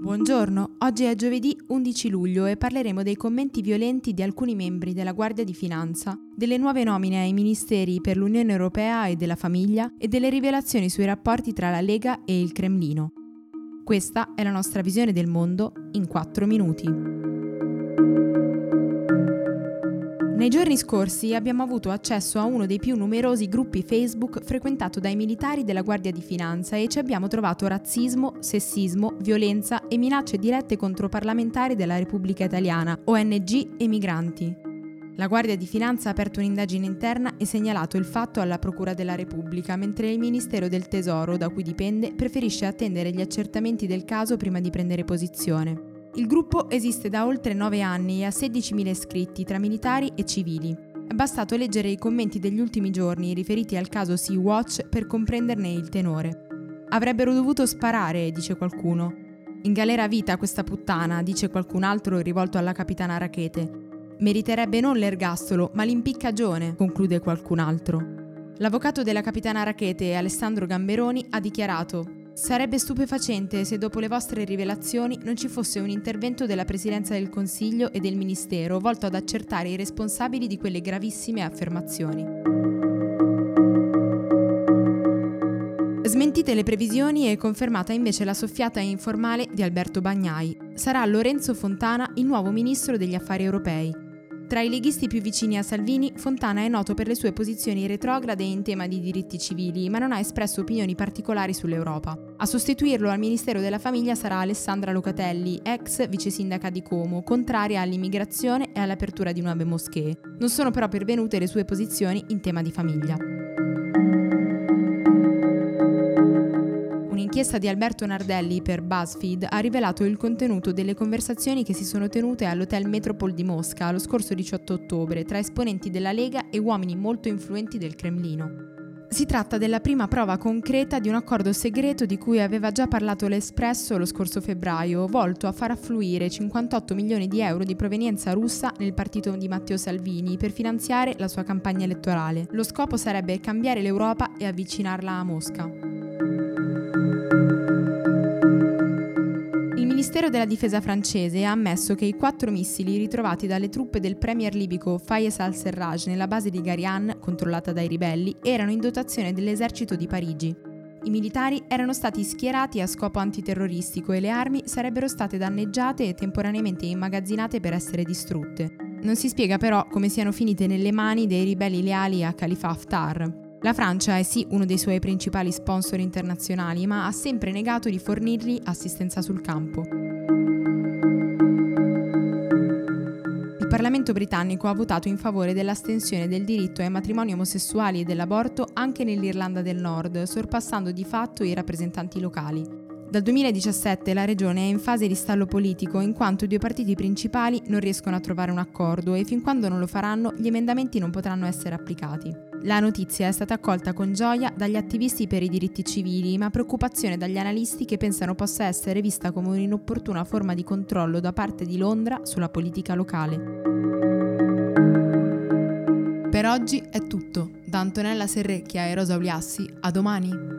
Buongiorno, oggi è giovedì 11 luglio e parleremo dei commenti violenti di alcuni membri della Guardia di Finanza, delle nuove nomine ai ministeri per l'Unione Europea e della famiglia e delle rivelazioni sui rapporti tra la Lega e il Cremlino. Questa è la nostra visione del mondo in 4 minuti. Nei giorni scorsi abbiamo avuto accesso a uno dei più numerosi gruppi Facebook frequentato dai militari della Guardia di Finanza e ci abbiamo trovato razzismo, sessismo, violenza e minacce dirette contro parlamentari della Repubblica Italiana, ONG e migranti. La Guardia di Finanza ha aperto un'indagine interna e segnalato il fatto alla Procura della Repubblica, mentre il Ministero del Tesoro, da cui dipende, preferisce attendere gli accertamenti del caso prima di prendere posizione. Il gruppo esiste da oltre 9 anni e ha 16.000 iscritti tra militari e civili. È bastato leggere i commenti degli ultimi giorni riferiti al caso Sea-Watch per comprenderne il tenore. Avrebbero dovuto sparare, dice qualcuno. In galera a vita questa puttana, dice qualcun altro rivolto alla capitana Rackete. Meriterebbe non l'ergastolo, ma l'impiccagione, conclude qualcun altro. L'avvocato della capitana Rackete, Alessandro Gamberoni, ha dichiarato: «Sarebbe stupefacente se dopo le vostre rivelazioni non ci fosse un intervento della Presidenza del Consiglio e del Ministero volto ad accertare i responsabili di quelle gravissime affermazioni». Smentite le previsioni e confermata invece la soffiata informale di Alberto Bagnai. Sarà Lorenzo Fontana il nuovo ministro degli affari europei. Tra i leghisti più vicini a Salvini, Fontana è noto per le sue posizioni retrograde in tema di diritti civili, ma non ha espresso opinioni particolari sull'Europa. A sostituirlo al Ministero della Famiglia sarà Alessandra Locatelli, ex vice sindaca di Como, contraria all'immigrazione e all'apertura di nuove moschee. Non sono però pervenute le sue posizioni in tema di famiglia. Un'inchiesta di Alberto Nardelli per BuzzFeed ha rivelato il contenuto delle conversazioni che si sono tenute all'Hotel Metropol di Mosca lo scorso 18 ottobre tra esponenti della Lega e uomini molto influenti del Cremlino. Si tratta della prima prova concreta di un accordo segreto di cui aveva già parlato l'Espresso lo scorso febbraio, volto a far affluire 58 milioni di euro di provenienza russa nel partito di Matteo Salvini per finanziare la sua campagna elettorale. Lo scopo sarebbe cambiare l'Europa e avvicinarla a Mosca. Il Ministero della Difesa francese ha ammesso che i 4 missili ritrovati dalle truppe del premier libico Fayez al-Serraj nella base di Gharian, controllata dai ribelli, erano in dotazione dell'esercito di Parigi. I militari erano stati schierati a scopo antiterroristico e le armi sarebbero state danneggiate e temporaneamente immagazzinate per essere distrutte. Non si spiega però come siano finite nelle mani dei ribelli leali a Khalifa Haftar. La Francia è sì uno dei suoi principali sponsor internazionali, ma ha sempre negato di fornirgli assistenza sul campo. Il Parlamento britannico ha votato in favore dell'astensione del diritto ai matrimoni omosessuali e dell'aborto anche nell'Irlanda del Nord, sorpassando di fatto i rappresentanti locali. Dal 2017 la regione è in fase di stallo politico in quanto i 2 partiti principali non riescono a trovare un accordo e fin quando non lo faranno gli emendamenti non potranno essere applicati. La notizia è stata accolta con gioia dagli attivisti per i diritti civili, ma preoccupazione dagli analisti che pensano possa essere vista come un'inopportuna forma di controllo da parte di Londra sulla politica locale. Per oggi è tutto. Da Antonella Serrecchia e Rosa Uliassi, a domani!